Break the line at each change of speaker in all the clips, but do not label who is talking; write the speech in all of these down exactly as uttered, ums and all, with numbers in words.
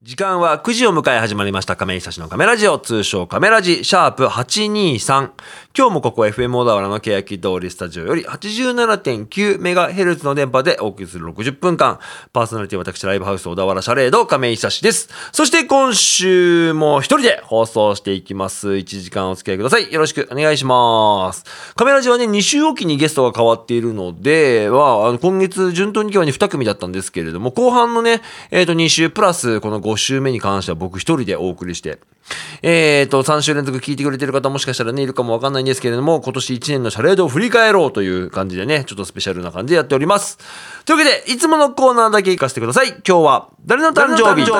時間はくじを迎え始まりました亀井久志のカメラジオ、通称カメラジシャープはちにーさん。今日もここ エフエム 小田原の欅通りスタジオより はちじゅうななてんきゅうメガヘルツ の電波でお送りするろくじゅっぷんかん、パーソナリティは私ライブハウス小田原シャレード亀井久志です。そして今週も一人で放送していきます。いちじかんお付き合いください。よろしくお願いします。カメラジはね、に週おきにゲストが変わっているので、はあの今月順当に今日はねに組だったんですけれども、後半のね、えーとに週プラスこのご週目に関しては僕一人でお送りして、えーとさん週連続聞いてくれてる方もしかしたらねいるかもわかんないんですけれども、今年いちねんのシャレードを振り返ろうという感じでね、ちょっとスペシャルな感じでやっております。というわけでいつものコーナーだけ行かせてください。今日は誰の誕生日？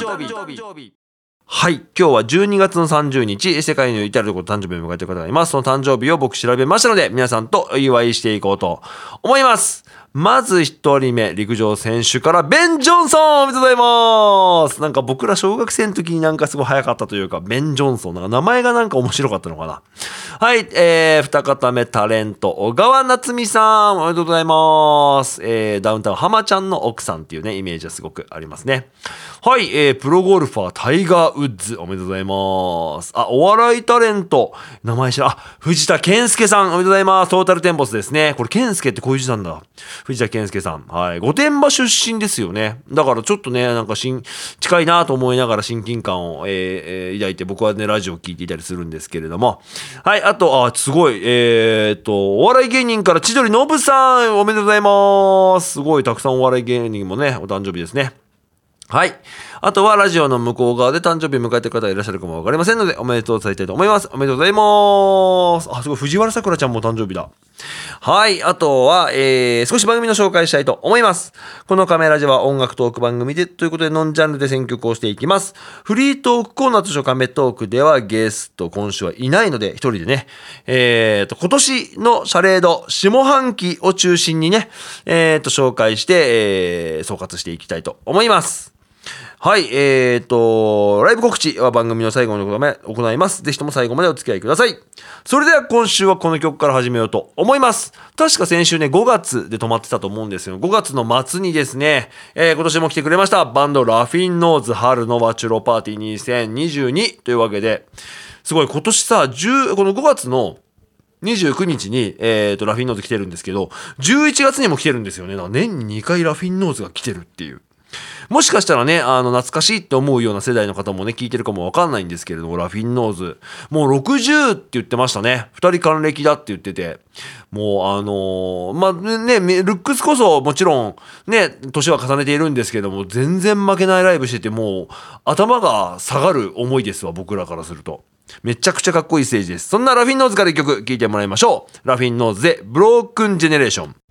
はい、今日はじゅうにがつのさんじゅうにち、世界の至るところ誕生日を迎えている方がいます。その誕生日を僕調べましたので、皆さんとお祝いしていこうと思います。まず一人目、陸上選手からベン・ジョンソン、おめでとうございます。なんか僕ら小学生の時になんかすごい早かったというか、ベン・ジョンソン、なんか名前がなんか面白かったのかな。はい、えー、二方目、タレント、小川夏美さん、おめでとうございます。えー、ダウンタウン浜ちゃんの奥さんっていうね、イメージはすごくありますね。はい、えー、プロゴルファー、タイガー・ウッズ、おめでとうございます。あ、お笑いタレント、名前知ら、あ、藤田健介さん、おめでとうございます。トータルテンボスですね。これ、健介ってこういう字なんだ。藤田健介さん。はい。御殿場出身ですよね。だからちょっとね、なんか新、近いなと思いながら親近感を、えーえー、抱いて、僕はね、ラジオを聞いていたりするんですけれども。はい。あと、あ、すごい、えーっと、お笑い芸人から千鳥ノブさん、おめでとうございます。すごい、たくさんお笑い芸人もね、お誕生日ですね。はい。あとはラジオの向こう側で誕生日を迎えている方がいらっしゃるかもわかりませんので、おめでとう伝えたいと思います。おめでとうございます。あ、すごい。藤原さくらちゃんも誕生日だ。はい。あとは、えー、少し番組の紹介したいと思います。このカメラジは音楽トーク番組で、ということでノンジャンルで選曲をしていきます。フリートークコーナーとしてカメトークではゲスト今週はいないので、一人でね、えーと、今年のシャレード下半期を中心にね、えーと、紹介して、えー、総括していきたいと思います。はい、えーと、ライブ告知は番組の最後に行います。ぜひとも最後までお付き合いください。それでは今週はこの曲から始めようと思います。確か先週ね、ごがつで止まってたと思うんですよ。ごがつの末にですね、えー、今年も来てくれました。バンドラフィンノーズ春のワチュロパーティーにせんにじゅうにというわけで、すごい今年さ、10このごがつのにじゅうくにちに、えーと、ラフィンノーズ来てるんですけど、じゅういちがつにも来てるんですよね。年ににかいラフィンノーズが来てるっていう。もしかしたらね、あの、懐かしいって思うような世代の方もね、聞いてるかもわかんないんですけれども、ラフィンノーズ。もうろくじゅうって言ってましたね。二人還暦だって言ってて。もう、あのー、まあ、ね、ルックスこそもちろん、ね、年は重ねているんですけども、全然負けないライブしてて、もう、頭が下がる思いですわ、僕らからすると。めちゃくちゃかっこいいステージです。そんなラフィンノーズから一曲聴いてもらいましょう。ラフィンノーズで、ブロークンジェネレーション。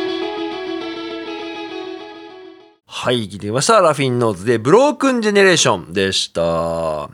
はい、聞いてみました。ラフィンノーズでブロークンジェネレーションでした。はい、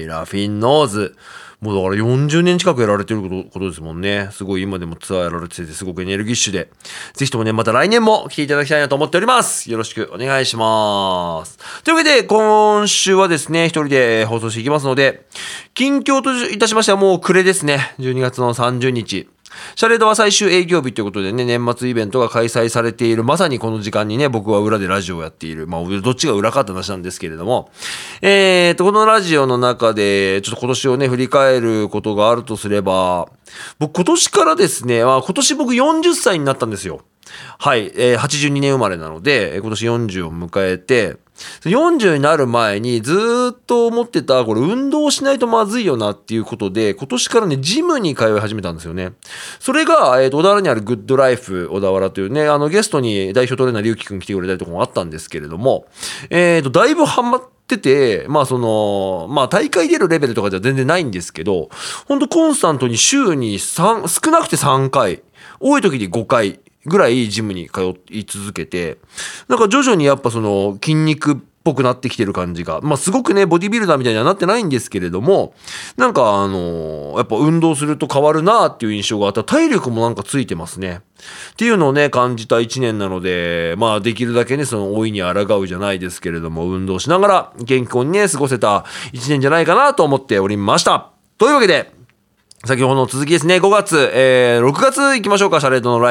ラフィンノーズ。もうだからよんじゅうねん近くやられてることことですもんね。すごい今でもツアーやられててすごくエネルギッシュで。ぜひともね、また来年も来ていただきたいなと思っております。よろしくお願いします。というわけで、今週はですね、一人で放送していきますので、近況といたしましてはもう暮れですね。じゅうにがつのさんじゅうにち。シャレードは最終営業日ということでね、年末イベントが開催されている、まさにこの時間にね、僕は裏でラジオをやっている。まあ、どっちが裏かって話なんですけれども、えーと、このラジオの中で、ちょっと今年をね、振り返ることがあるとすれば、僕今年からですね、まあ、今年僕よんじゅっさいになったんですよ。はい、えー、はちじゅうにねん生まれなので、今年よんじゅうを迎えて、よんじゅうになる前にずーっと思ってた、これ運動しないとまずいよなっていうことで、今年からね、ジムに通い始めたんですよね。それが、えーと、小田原にあるグッドライフ小田原というね、あのゲストに代表トレーナー龍樹くん来てくれたりとかもあったんですけれども、えーと、だいぶハマってて、まあその、まあ大会出るレベルとかじゃ全然ないんですけど、ほんとコンスタントに週にさん、少なくてさんかい、多い時にごかい、ぐらいジムに通い続けて、なんか徐々にやっぱその筋肉っぽくなってきてる感じが、まあすごくねボディビルダーみたいにはなってないんですけれども、なんかあのやっぱ運動すると変わるなっていう印象があった。体力もなんかついてますねっていうのをね感じたいちねんなので、まあできるだけねその老いに抗うじゃないですけれども、運動しながら健康にね過ごせたいちねんじゃないかなと思っておりました。というわけで先ほどの続きですね、ごがつ、えー、ろくがつ行きましょうか。シャレードのライブ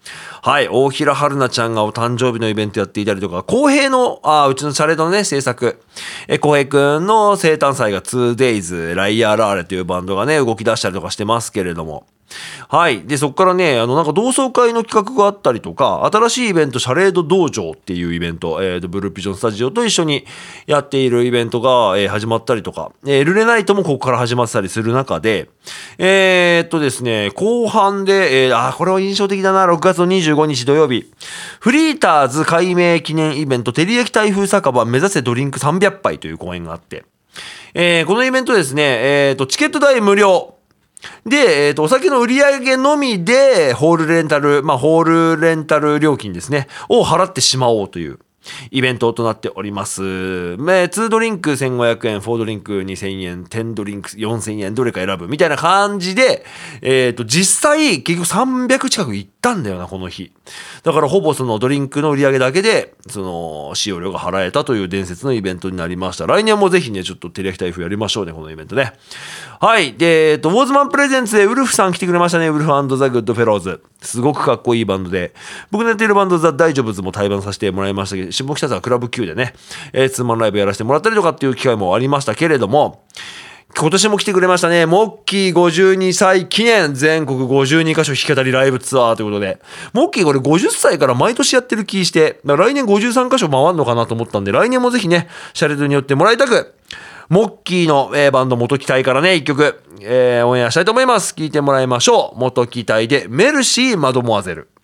はい、大平春菜ちゃんがお誕生日のイベントやっていたりとか、浩平の、あうちのシャレードのね、制作、え、浩平くんの生誕祭が ツーデイズ、ライアーラーレというバンドがね、動き出したりとかしてますけれども。はい。で、そこからね、あの、なんか同窓会の企画があったりとか、新しいイベント、シャレード道場っていうイベント、えーと、ブルーピジョンスタジオと一緒にやっているイベントが、えー始まったりとか、えールレナイトもここから始まったりする中で、えーっとですね、後半で、えー、あー、これは印象的だな、ろくがつのにじゅうごにち土曜日、フリーターズ改名記念イベント、照り焼き台風酒場目指せドリンクさんびゃくぱいという公演があって、えーこのイベントですね、えーと、チケット代無料、で、えっと、お酒の売り上げのみで、ホールレンタル、まあ、ホールレンタル料金ですね、を払ってしまおうというイベントとなっております。ね、にドリンクせんごひゃくえん、よんドリンクにせんえん、じゅうドリンクよんせんえん、どれか選ぶみたいな感じで、えっと、実際、結局さんびゃく近く行ったんだよな、この日。だからほぼそのドリンクの売り上げだけで、その、使用料が払えたという伝説のイベントになりました。来年もぜひね、ちょっと照り焼き台風やりましょうね、このイベントね。はい。で、えっと、ウォーズマンプレゼンツでウルフさん来てくれましたね。ウルフ&ザ・グッド・フェローズ。すごくかっこいいバンドで、僕のやっているバンドザ・大丈夫ズも対バンさせてもらいましたけど、下北沢クラブ Q でね、えー、ツーマンライブやらせてもらったりとかっていう機会もありましたけれども、今年も来てくれましたね。モッキーごじゅうにさい記念全国ごじゅうにかしょ弾き語りライブツアーということで、モッキーこれごじゅっさいから毎年やってる気して、来年ごじゅうさんかしょ回るのかなと思ったんで、来年もぜひね、シャレドによってもらいたく、モッキーの、えー、バンド元期待からね、一曲、えー、オンエアしたいと思います。聴いてもらいましょう。元期待でメルシーマドモアゼル。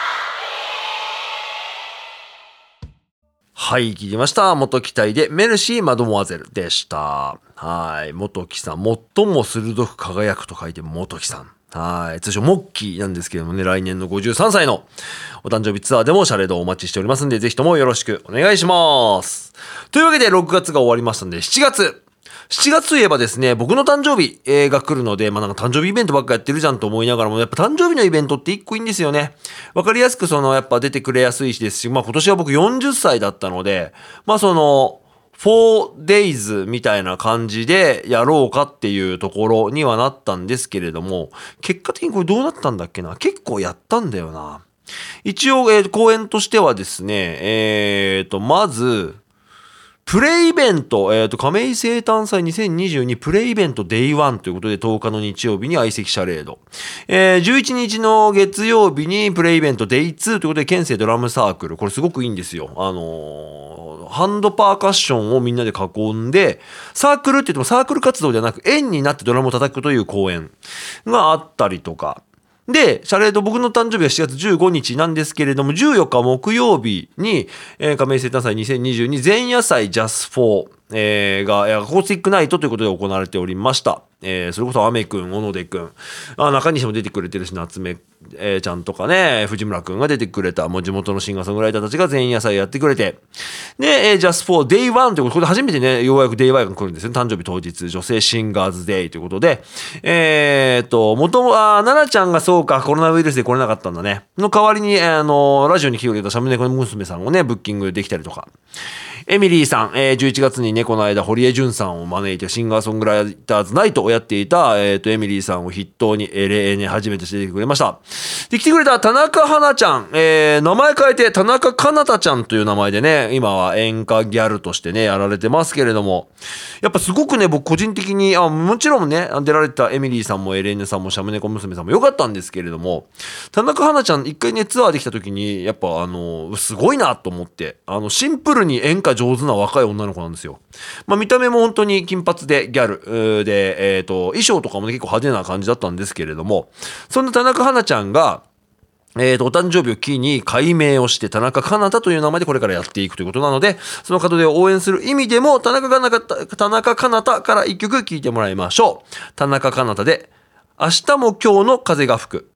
はい、聞きました。元期待でメルシーマドモアゼルでした。はい、元木さん、最も鋭く輝くと書いて元木さん。はい、通称モッキーなんですけどもね、来年のごじゅうさんさいのお誕生日ツアーでもシャレドをお待ちしておりますんで、ぜひともよろしくお願いします。というわけでろくがつが終わりましたんで、しちがつ。しちがつといえばですね、僕の誕生日が来るので、まあなんか誕生日イベントばっかやってるじゃんと思いながらも、やっぱ誕生日のイベントって一個いいんですよね。わかりやすくそのやっぱ出てくれやすいしですし、まあ今年は僕よんじゅっさいだったので、まあその、フォーデイズ みたいな感じでやろうかっていうところにはなったんですけれども、結果的にこれどうなったんだっけな、結構やったんだよな。一応、えー、公演としてはですね、えーと、まず、プレイイベント、えっと、亀井生誕祭にせんにじゅうにプレイイベントデイワンということでとおかの日曜日に相席シャレード。えー、じゅういちにちの月曜日にプレイイベントデイツーということで県政ドラムサークル。これすごくいいんですよ。あのー、ハンドパーカッションをみんなで囲んで、サークルって言ってもサークル活動ではなく円になってドラムを叩くという公演があったりとか。で、シャレード、僕の誕生日はしちがつじゅうごにちなんですけれども、じゅうよっか木曜日に、えー、亀井生誕祭にせんにじゅうに前夜祭ジャスフォー、えー、が、アコースティックナイトということで行われておりました。えー、それこそアメくん、小野出くん、あ、中西も出てくれてるし、夏目、えー、ちゃんとかね、藤村くんが出てくれた、もう地元のシンガーソングライターたちが前夜祭やってくれて、で、えー、ジャスフォーデイワンということで、これで初めてね、ようやくデイワンが来るんですよ。誕生日当日、女性シンガーズデイということで、えー、っと、元も、あ、奈々ちゃんがそうか、コロナウイルスで来れなかったんだね。の代わりに、あの、ラジオに来てくれたシャムネコの娘さんをね、ブッキングできたりとか、エミリーさん、えー、じゅういちがつにね、この間、堀江淳さんを招いて、シンガーソングライターズナイトをやっていた、えっと、エミリーさんを筆頭に、エレーネ初めてして出てくれました。で、来てくれた田中花ちゃん、えー、名前変えて、田中かなたちゃんという名前でね、今は演歌ギャルとしてね、やられてますけれども、やっぱすごくね、僕個人的に、あ、もちろんね、出られたエミリーさんもエレーネさんもシャムネコ娘さんも良かったんですけれども、田中花ちゃん、一回ね、ツアーできた時に、やっぱあの、すごいなと思って、あの、シンプルに演歌上手な若い女の子なんですよ。まあ見た目も本当に金髪でギャルで、えっと、衣装とかもね結構派手な感じだったんですけれども、そんな田中花ちゃんが、えっと、お誕生日を機に改名をして田中かなたという名前でこれからやっていくということなので、その門出を応援する意味でも田中かなた、田中かなたから一曲聴いてもらいましょう。田中かなたで、明日も今日の風が吹く。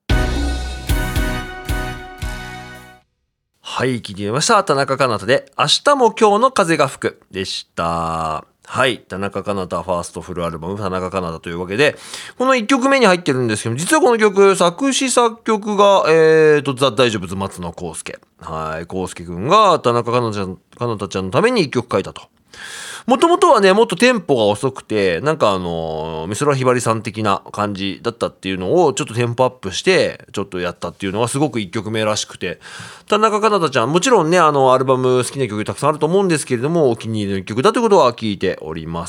はい、聞いてみました。田中かなたで、明日も今日の風が吹くでした。はい、田中かなたファーストフルアルバム、田中かなたというわけで、このいっきょくめに入ってるんですけど、実はこの曲、作詞作曲が、えーと、ザ・大丈夫ズ松野康介。はい、康介くんが田中かなたちゃん、かなたちゃんのためにいっきょく書いたと。 もともとはね、もっとテンポが遅くて、なんかあの、美空ひばりさん的な感じだったっていうのを、ちょっとテンポアップして、ちょっとやったっていうのがすごくいっきょくめらしくて、田中かなたちゃん、もちろんね、あの、アルバム好きな曲たくさんあると思うんですけれども、お気に入りのいっきょくだということは聞いております。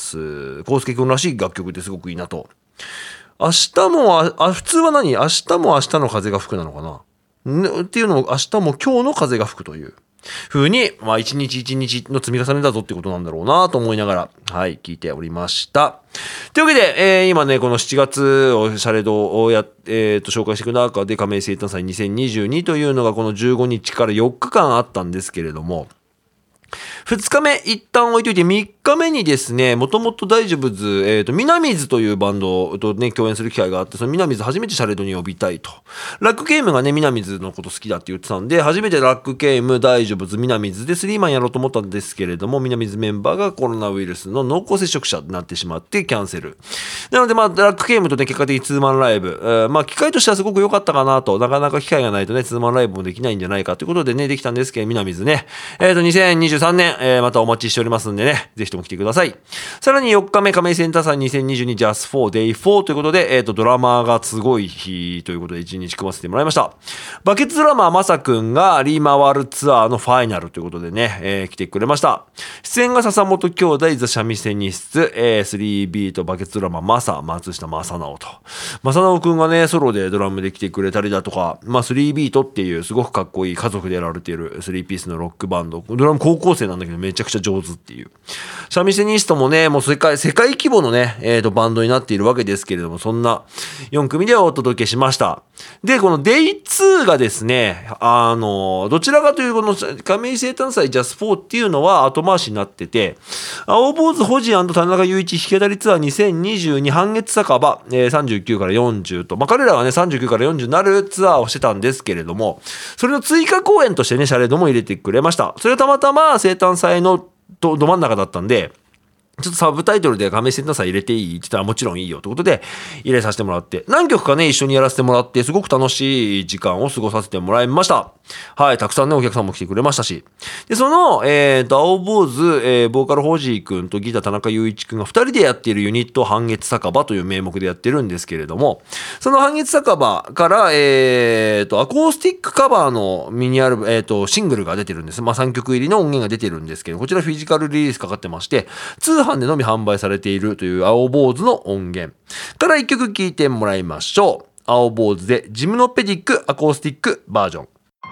康介くんらしい楽曲ですごくいいなと。明日もあ、あ、普通は何？明日も明日の風が吹くなのかな？ね、っていうのも明日も今日の風が吹くという風に、まあ一日一日の積み重ねだぞってことなんだろうなと思いながら、はい、聞いておりました。というわけで、えー、今ね、このしちがつをシャレドをや、えー、と紹介していく中で亀井生誕祭にせんにじゅうにというのがこのじゅうごにちからよっかかんあったんですけれども、ふつかめ一旦置いといてみっかめにですね、もともと大丈夫ズ、えっ、ー、と、みなみずというバンドとね、共演する機会があって、そのみなみず初めてシャレドに呼びたいと。ラックケイムがね、みなみずのこと好きだって言ってたんで、初めてラックケイム、大丈夫ズ、みなみずでスリーマンやろうと思ったんですけれども、みなみずメンバーがコロナウイルスの濃厚接触者になってしまってキャンセル。なので、まあ、ラックケイムとね、結果的にツーマンライブ、えー、まあ、機会としてはすごく良かったかなと、なかなか機会がないとね、ツーマンライブもできないんじゃないかということでね、できたんですけど、みなみずね、えっ、ー、と、にせんにじゅうさんねん、えー、またお待ちしておりますんでね、ぜひとも来てください。さらによっかめ、亀井センター祭にせんにじゅうに ジャスフォー デイフォー ということで、えっ、ー、と、ドラマーがすごい日ということでいちにち組ませてもらいました。バケツドラマーまさくんがリーマワールツアーのファイナルということでね、えー、来てくれました。出演が笹本兄弟、ザ・三味線ニスツ、えー、スリービート、バケツドラマーマサ、松下正直と。正直くんがね、ソロでドラムで来てくれたりだとか、まあ、スリービートっていうすごくかっこいい家族でやられているスリーピースのロックバンド。ドラム高校生なんだけどめちゃくちゃ上手っていう。三味線ニストもね、もう世界、世界規模のね、えーと、バンドになっているわけですけれども、そんなよんくみでお届けしました。で、この デイツー がですね、あの、どちらかというと、この亀井生誕祭ジャスフォーっていうのは後回しになってて、青坊主ホジ&田中雄一弾き語りツアーにせんにじゅうに半月酒場、えー、さんじゅうきゅうからよんじゅうと、まあ、彼らはね、さんじゅうきゅうからよんじゅうになるツアーをしてたんですけれども、それの追加公演としてね、シャレドも入れてくれました。それはたまたま生誕祭のど真ん中だったんで、ちょっとサブタイトルで亀井センター祭入れていいって言ったらもちろんいいよということで入れさせてもらって、何曲かね一緒にやらせてもらってすごく楽しい時間を過ごさせてもらいました。はい、たくさんねお客さんも来てくれましたし、でそのえーと青坊主、えー、ボーカルホージーくんとギター田中雄一くんがふたりでやっているユニット半月酒場という名目でやってるんですけれども、その半月酒場からえーとアコースティックカバーのミニアルバム、えーとシングルが出てるんです。まあさんきょく入りの音源が出てるんですけど、こちらフィジカルリリースかかってまして、通販でのみ販売されているという青坊主の音源からいっきょく聴いてもらいましょう。青坊主でジムノペディックアコースティックバージョン。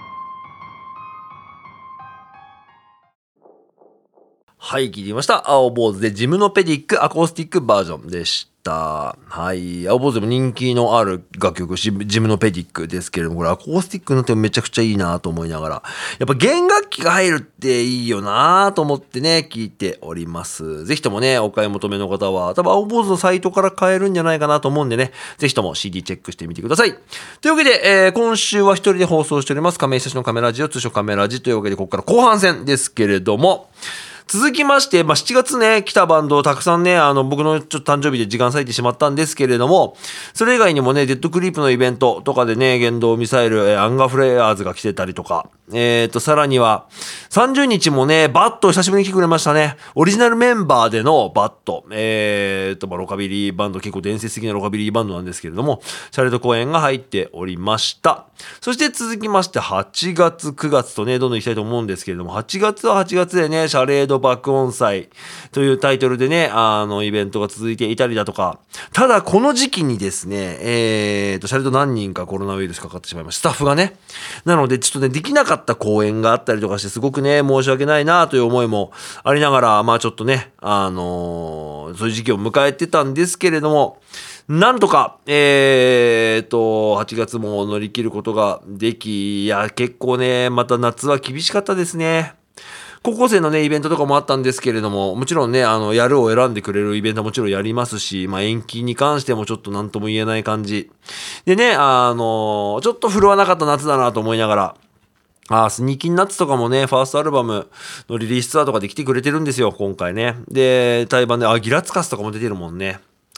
はい、聞いてみました。青坊主でジムノペディックアコースティックバージョンでした。はい、青坊主でも人気のある楽曲ジムノペディックですけれども、これアコースティックの点めちゃくちゃいいなと思いながら、やっぱ弦楽器が入るっていいよなと思ってね聞いております。ぜひともねお買い求めの方は多分青坊主のサイトから買えるんじゃないかなと思うんでね、ぜひとも シーディー チェックしてみてください。というわけで、えー、今週は一人で放送しております亀井久志のカメラジオ、通称カメラジというわけで、ここから後半戦ですけれども、続きまして、まあ、しちがつね、来たバンドをたくさんね、あの、僕のちょっと誕生日で時間割いてしまったんですけれども、それ以外にもね、デッドクリープのイベントとかでね、言動ミサイル、えー、アンガーフレアーズが来てたりとか、えーと、さらには、さんじゅうにちもね、バット久しぶりに来てくれましたね。オリジナルメンバーでのバット。えーと、まあ、ロカビリーバンド、結構伝説的なロカビリーバンドなんですけれども、シャレド公演が入っておりました。そして続きまして、はちがつ、くがつとね、どんどん行きたいと思うんですけれども、はちがつははちがつでね、シャレード爆音祭というタイトルでね、あの、イベントが続いていたりだとか、ただこの時期にですね、えーと、シャレード何人かコロナウイルスかかってしまいました。スタッフがね。なので、ちょっとね、できなかった公演があったりとかして、すごくね、申し訳ないなという思いもありながら、まあちょっとね、あのー、そういう時期を迎えてたんですけれども、なんとか、えーと、はちがつも乗り切ることができ、いや、結構ね、また夏は厳しかったですね。高校生のね、イベントとかもあったんですけれども、もちろんね、あの、やるを選んでくれるイベントはもちろんやりますし、まあ延期に関してもちょっと何とも言えない感じ。でね、あの、ちょっと振るわなかった夏だなと思いながら、あスニーキンナッツとかもね、ファーストアルバムのリリースツアーとかで来てくれてるんですよ、今回ね。で、対バンで、あ、ギラツカスとかも出てるもんね。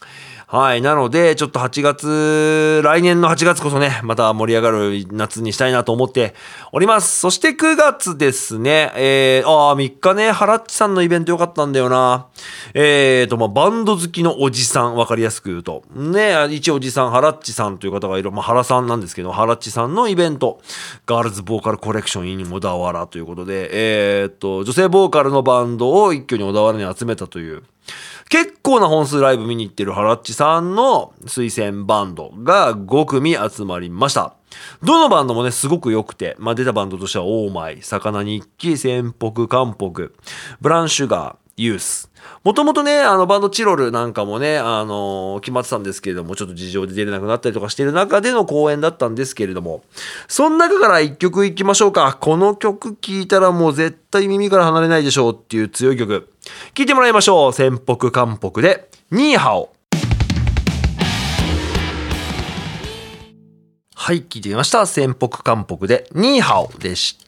はい。なので、ちょっとはちがつ、来年のはちがつこそね、また盛り上がる夏にしたいなと思っております。そしてくがつですね、えー、あー、みっかね、ハラッチさんのイベントよかったんだよな。えーと、まあ、バンド好きのおじさん、わかりやすく言うと。ね、一おじさん、ハラッチさんという方がいる、まあ、ハラさんなんですけど、ハラッチさんのイベント、ガールズボーカルコレクション in 小田原ということで、えーと、女性ボーカルのバンドを一挙に小田原に集めたという、結構な本数ライブ見に行ってるハラッチさんの推薦バンドがごくみ集まりました。どのバンドもね、すごく良くて、まあ、出たバンドとしては、オーマイ、魚日記、仙北、韓北、ブランシュガー、ユース。もともとね、あのバンドチロルなんかもね、あのー、決まってたんですけれども、ちょっと事情で出れなくなったりとかしている中での公演だったんですけれども、その中から一曲いきましょうか。この曲聴いたらもう絶対耳から離れないでしょうっていう強い曲。聴いてもらいましょう。仙北韓北で、ニーハオ。はい、聴いてみました。仙北韓北で、ニーハオでした。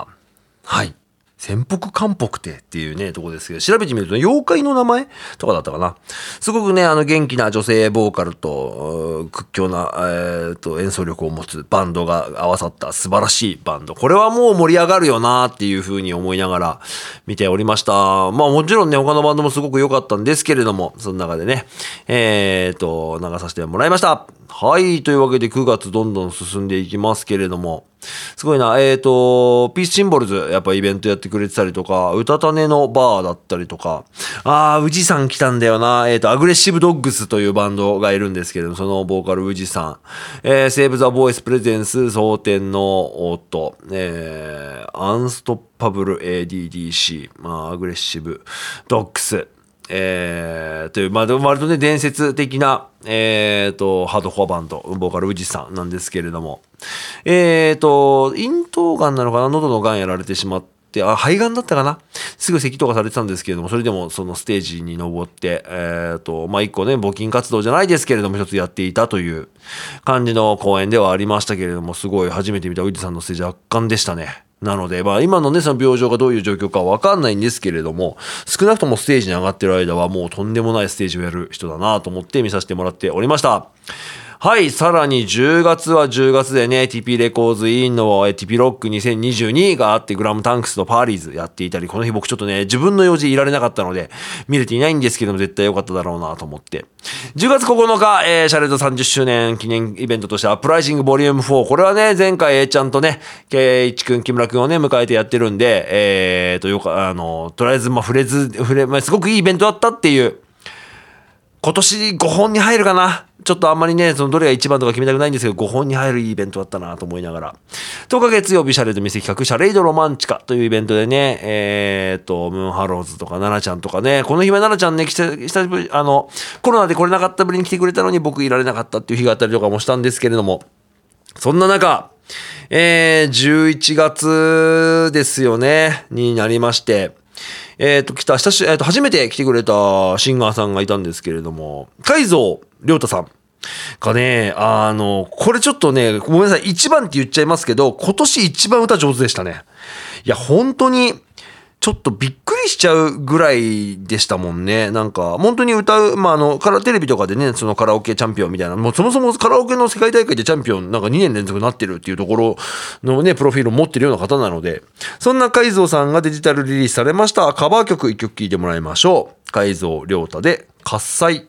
はい。仙北韓北ってっていうねとこですけど、調べてみると妖怪の名前とかだったかな。すごくね、あの元気な女性ボーカルと屈強な、えー、と演奏力を持つバンドが合わさった素晴らしいバンド。これはもう盛り上がるよなっていう風に思いながら見ておりました。まあもちろんね、他のバンドもすごく良かったんですけれども、その中でね、えーと流させてもらいました。はい、というわけでくがつどんどん進んでいきますけれども、すごいな、えーとピースシンボルズやっぱイベントやってくれてたりとか、うたたねのバーだったりとか、あー宇治さん来たんだよな。えーとアグレッシブドッグスというバンドがいるんですけれども、そのボーカル宇治さん、えー、セーブザボイスプレゼンス蒼天の音、えー、アンストッパブル エーディーディーシー、まあ、アグレッシブドッグス、えー、という、まあ、割とね、伝説的な、えーと、ハードコアバンド、ボーカル宇治さんなんですけれども、えーと、咽頭がんなのかな、喉のがんやられてしまって、あ、肺がんだったかな、すぐ咳とかされてたんですけれども、それでもそのステージに登って、えーと、まあ、一個ね、募金活動じゃないですけれども、一つやっていたという感じの公演ではありましたけれども、すごい初めて見た宇治さんのステージ圧巻でしたね。なので、まあ今のね、その病状がどういう状況かわかんないんですけれども、少なくともステージに上がってる間はもうとんでもないステージをやる人だなと思って見させてもらっておりました。はい、さらにじゅうがつはじゅうがつでね、ティーピー レコーズインの ティーピー ロックにせんにじゅうにがあって、グラムタンクスとパーリーズやっていたり、この日僕ちょっとね、自分の用事いられなかったので、見れていないんですけども、絶対良かっただろうなと思って。じゅうがつここのか、えー、シャレドさんじゅっしゅうねん記念イベントとしてアップライジングボリュームフォー。これはね、前回 A ちゃんとね、ケイイチくん、木村くんをね、迎えてやってるんで、えーと、よか、あの、とりあえず、まあ、触れず、触れ、まあ、すごくいいイベントだったっていう、今年ごほんに入るかな。ちょっとあんまりね、そのどれが一番とか決めたくないんですけど、ごほんに入るイベントだったなと思いながら。とおか月曜日、シャレード店企画、シャレイドロマンチカというイベントでね、えーと、ムーンハローズとか、奈々ちゃんとかね、この日は奈々ちゃんね、久しぶり、あの、コロナで来れなかったぶりに来てくれたのに僕いられなかったっていう日があったりとかもしたんですけれども、そんな中、えー、じゅういちがつですよね、になりまして、えっ、ー、と、来た、久し、えっ、ー、と、初めて来てくれたシンガーさんがいたんですけれども、海蔵亮太さんがね、あの、これちょっとね、ごめんなさい、一番って言っちゃいますけど、今年一番歌上手でしたね。いや、本当に、ちょっとびっくりしちゃうぐらいでしたもんね。なんか、本当に歌う、まあ、あの、カラテレビとかでね、そのカラオケチャンピオンみたいな、もうそもそもカラオケの世界大会でチャンピオン、なんかにねん連続になってるっていうところのね、プロフィールを持ってるような方なので、そんな海蔵さんがデジタルリリースされましたカバー曲いっきょく聴いてもらいましょう。海蔵亮太で、喝采。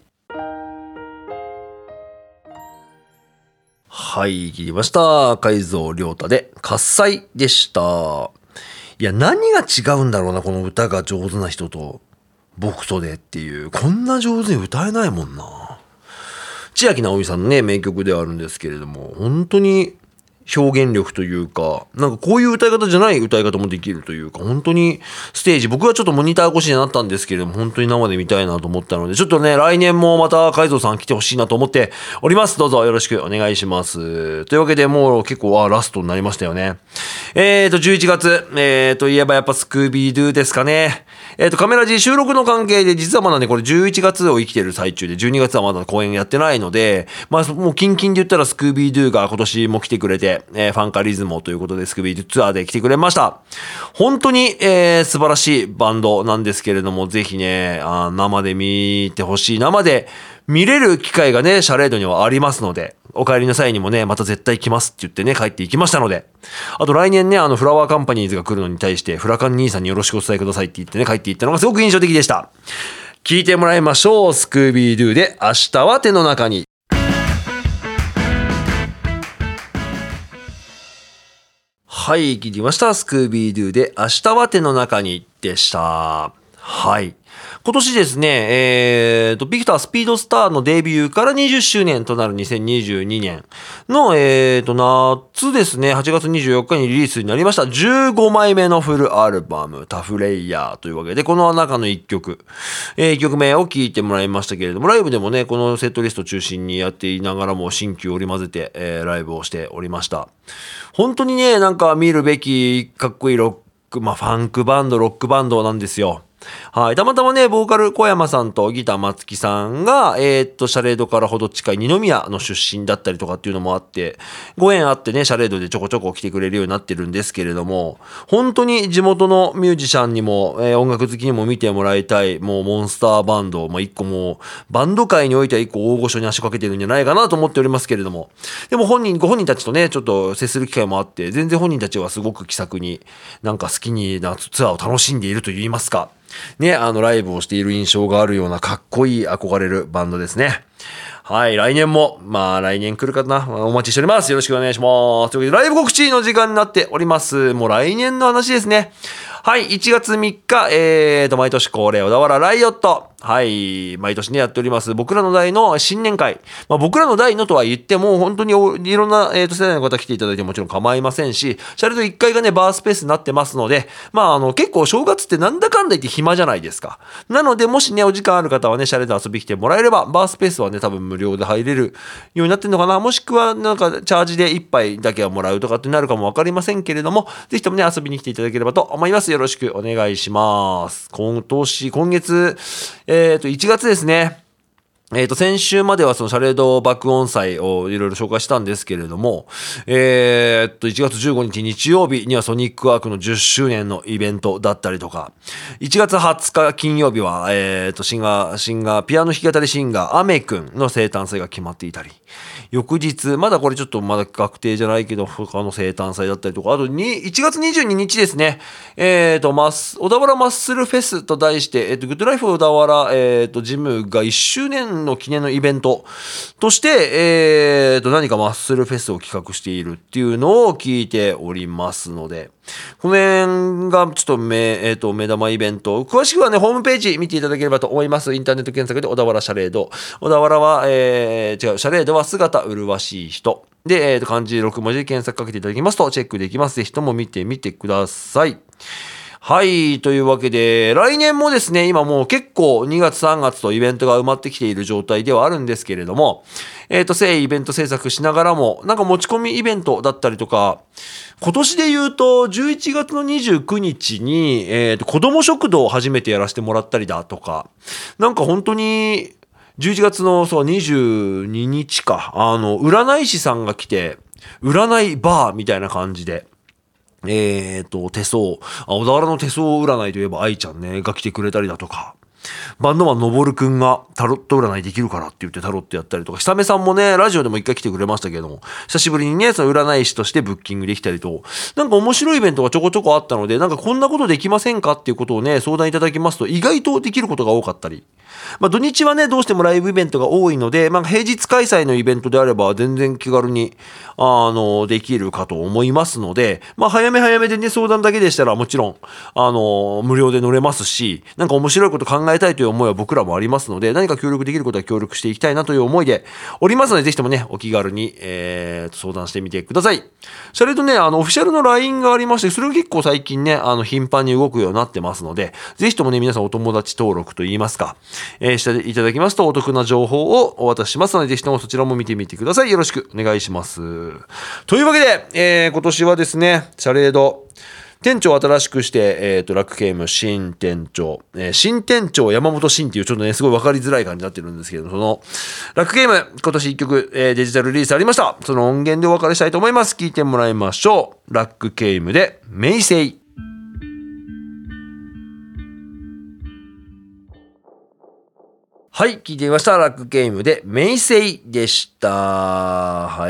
はい、聞きました。海蔵亮太で、喝采でした。いや、何が違うんだろうな、この歌が上手な人と僕とでっていう、こんな上手に歌えないもんな。千秋直美さんのね、名曲ではあるんですけれども、本当に表現力というか、なんかこういう歌い方じゃない歌い方もできるというか、本当にステージ、僕はちょっとモニター越しになったんですけれども、本当に生で見たいなと思ったので、ちょっとね、来年もまた海蔵さん来てほしいなと思っております。どうぞよろしくお願いします。というわけでもう結構、あ、ラストになりましたよね。えーと、じゅういちがつ、えーと、いえばやっぱスクービードゥですかね。 えっと、カメラ G 収録の関係で、実はまだね、これじゅういちがつを生きてる最中で、じゅうにがつはまだ公演やってないので、まあ、もうキンキンで言ったらスクービードゥが今年も来てくれて、えー、ファンカリズモということでスクービードゥツアーで来てくれました。本当に、えー、素晴らしいバンドなんですけれども、ぜひね、あ生で見てほしい。生で見れる機会がね、シャレードにはありますので、お帰りの際にもね、また絶対来ますって言ってね、帰っていきましたので、あと来年ね、あの、フラワーカンパニーズが来るのに対して、フラカン兄さんによろしくお伝えくださいって言ってね、帰っていったのがすごく印象的でした。聞いてもらいましょう。スクービードゥで、明日は手の中に。はい、聞きました。スクービードゥで、明日は手の中にでした。はい。今年ですね、えーと、ビクタースピードスターのデビューからにじゅっしゅうねんとなるにせんにじゅうにねんの、えーと、夏ですね、はちがつにじゅうよっかにリリースになりましたじゅうごまいめのフルアルバム、タフレイヤーというわけで、この中のいっきょく、えー、いっきょくめを聴いてもらいましたけれども、ライブでもね、このセットリスト中心にやっていながらも新旧織り交ぜて、えー、ライブをしておりました。本当にね、なんか見るべきかっこいいロック、まあファンクバンド、ロックバンドなんですよ。はい。たまたまね、ボーカル小山さんとギター松木さんが、えー、っと、シャレードからほど近い二宮の出身だったりとかっていうのもあって、ご縁あってね、シャレードでちょこちょこ来てくれるようになってるんですけれども、本当に地元のミュージシャンにも、えー、音楽好きにも見てもらいたい、もうモンスターバンド、まあ、一個もう、バンド界においては一個大御所に足掛けてるんじゃないかなと思っておりますけれども、でも本人、ご本人たちとね、ちょっと接する機会もあって、全然本人たちはすごく気さくに、なんか好きになツアーを楽しんでいると言いますか、ね、あのライブをしている印象があるようなかっこいい憧れるバンドですね。はい、来年も、まあ来年来るかな、お待ちしております。よろしくお願いします。というわけで、ライブ告知の時間になっております。もう来年の話ですね。はい、いちがつみっか、えーと、毎年恒例、小田原ライオット。はい、毎年ね、やっております。僕らの代の新年会。まあ、僕らの代のとは言っても、本当にいろんな、えーと、世代の方来ていただいてもちろん構いませんし、シャレードいっかいがね、バースペースになってますので、まあ、あの、結構正月ってなんだかんだ言って暇じゃないですか。なので、もしね、お時間ある方はね、シャレード遊び来てもらえれば、バースペースはね、多分無料で入れるようになってるのかな。もしくは、なんか、チャージでいっぱいだけはもらうとかってなるかもわかりませんけれども、ぜひともね、遊びに来ていただければと思います。よろしくお願いします。今年、今月、えーと、いちがつですね。えっと、先週まではそのシャレード爆音祭をいろいろ紹介したんですけれども、えー、っと、いちがつじゅうごにち日曜日にはソニックワークのじゅっしゅうねんのイベントだったりとか、いちがつはつか金曜日は、えー、っと、シンガー、シンガー、ピアノ弾き語りシンガー、アメくんの生誕祭が決まっていたり、翌日、まだこれちょっとまだ確定じゃないけど、他の生誕祭だったりとか、あとにいちがつにじゅうににちですね、えー、っと、マス、小田原マッスルフェスと題して、えー、っと、グッドライフ小田原、えー、っと、ジムがいっしゅうねんの記念のイベントとして、えー、と何かマッスルフェスを企画しているっていうのを聞いておりますので、この辺がちょっと目、えー、と目玉イベント、詳しくはねホームページ見ていただければと思います。インターネット検索で小田原シャレード、小田原は、えー、違うシャレードは姿麗しい人で、えー、と漢字ろくもじで検索かけていただきますとチェックできます。ぜひとも見てみてください。はい。というわけで、来年もですね、今もう結構にがつさんがつとイベントが埋まってきている状態ではあるんですけれども、えっと、正イベント制作しながらも、なんか持ち込みイベントだったりとか、今年で言うと、じゅういちがつのにじゅうくにちに、えっと、子供食堂を初めてやらせてもらったりだとか、なんか本当に、じゅういちがつのそうにじゅうににちか、あの、占い師さんが来て、占いバーみたいな感じで、えーと、手相。あ、小田原の手相占いといえば愛ちゃんね、が来てくれたりだとか、バンドマンのぼるくんがタロット占いできるからって言ってタロットやったりとか、久米さんもね、ラジオでも一回来てくれましたけども、久しぶりにね、その占い師としてブッキングできたりと、なんか面白いイベントがちょこちょこあったので、なんかこんなことできませんかっていうことをね、相談いただきますと、意外とできることが多かったり、まあ土日はね、どうしてもライブイベントが多いので、まあ平日開催のイベントであれば全然気軽に、あの、できるかと思いますので、まあ早め早めでね、相談だけでしたらもちろん、あの、無料で乗れますし、なんか面白いこと考えたいという思いは僕らもありますので、何か協力できることは協力していきたいなという思いでおりますので、ぜひともね、お気軽に、えー、相談してみてください。それとね、あの、オフィシャルの ライン がありまして、それが結構最近ね、あの、頻繁に動くようになってますので、ぜひともね、皆さんお友達登録といいますか、えー、していただきますとお得な情報をお渡ししますので、ぜひともそちらも見てみてください。よろしくお願いします。というわけで、えー、今年はですね、シャレード、 店長を新しくして、えっと、ラックゲーム新店長、えー、新店長山本新っていうちょっとね、すごい分かりづらい感じになってるんですけど、その、ラックゲーム、今年いっきょく、えー、デジタルリリースありました。その音源でお別れしたいと思います。聞いてもらいましょう。ラックゲームで、メイセイ。はい、聞いてみました。ラックゲームで、メイセイでした。はい、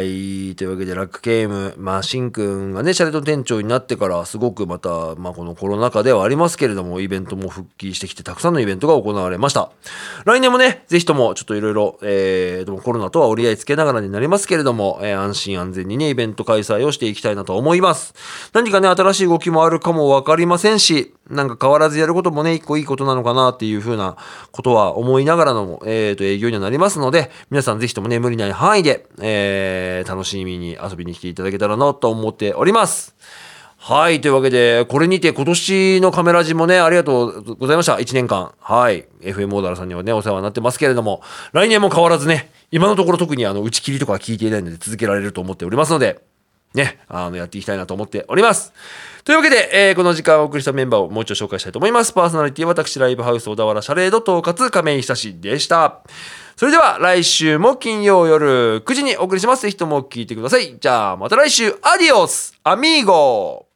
というわけで、ラックゲーム、まあ、シンくんがね、シャレと店長になってから、すごくまた、まあ、このコロナ禍ではありますけれども、イベントも復帰してきて、たくさんのイベントが行われました。来年もね、ぜひとも、ちょっといろいろ、えー、でもコロナとは折り合いつけながらになりますけれども、えー、安心安全にね、イベント開催をしていきたいなと思います。何かね、新しい動きもあるかもわかりませんし、なんか変わらずやることもね、一個いいことなのかなっていうふうなことは思いながらの、えーと、営業にはなりますので、皆さんぜひともね、無理ない範囲で、えー、楽しみに遊びに来ていただけたらなと思っております。はい、というわけで、これにて今年のカメラジもね、ありがとうございました。いちねんかん。はい。エフエム オーダーさんにはね、お世話になってますけれども、来年も変わらずね、今のところ特にあの、打ち切りとかは聞いていないので続けられると思っておりますので、ね、あの、やっていきたいなと思っております。というわけで、えー、この時間をお送りしたメンバーをもう一度紹介したいと思います。パーソナリティは私、ライブハウス小田原シャレード統括亀井久志でした。それでは来週も金曜夜くじにお送りします。ぜひとも聞いてください。じゃあまた来週、アディオスアミーゴ。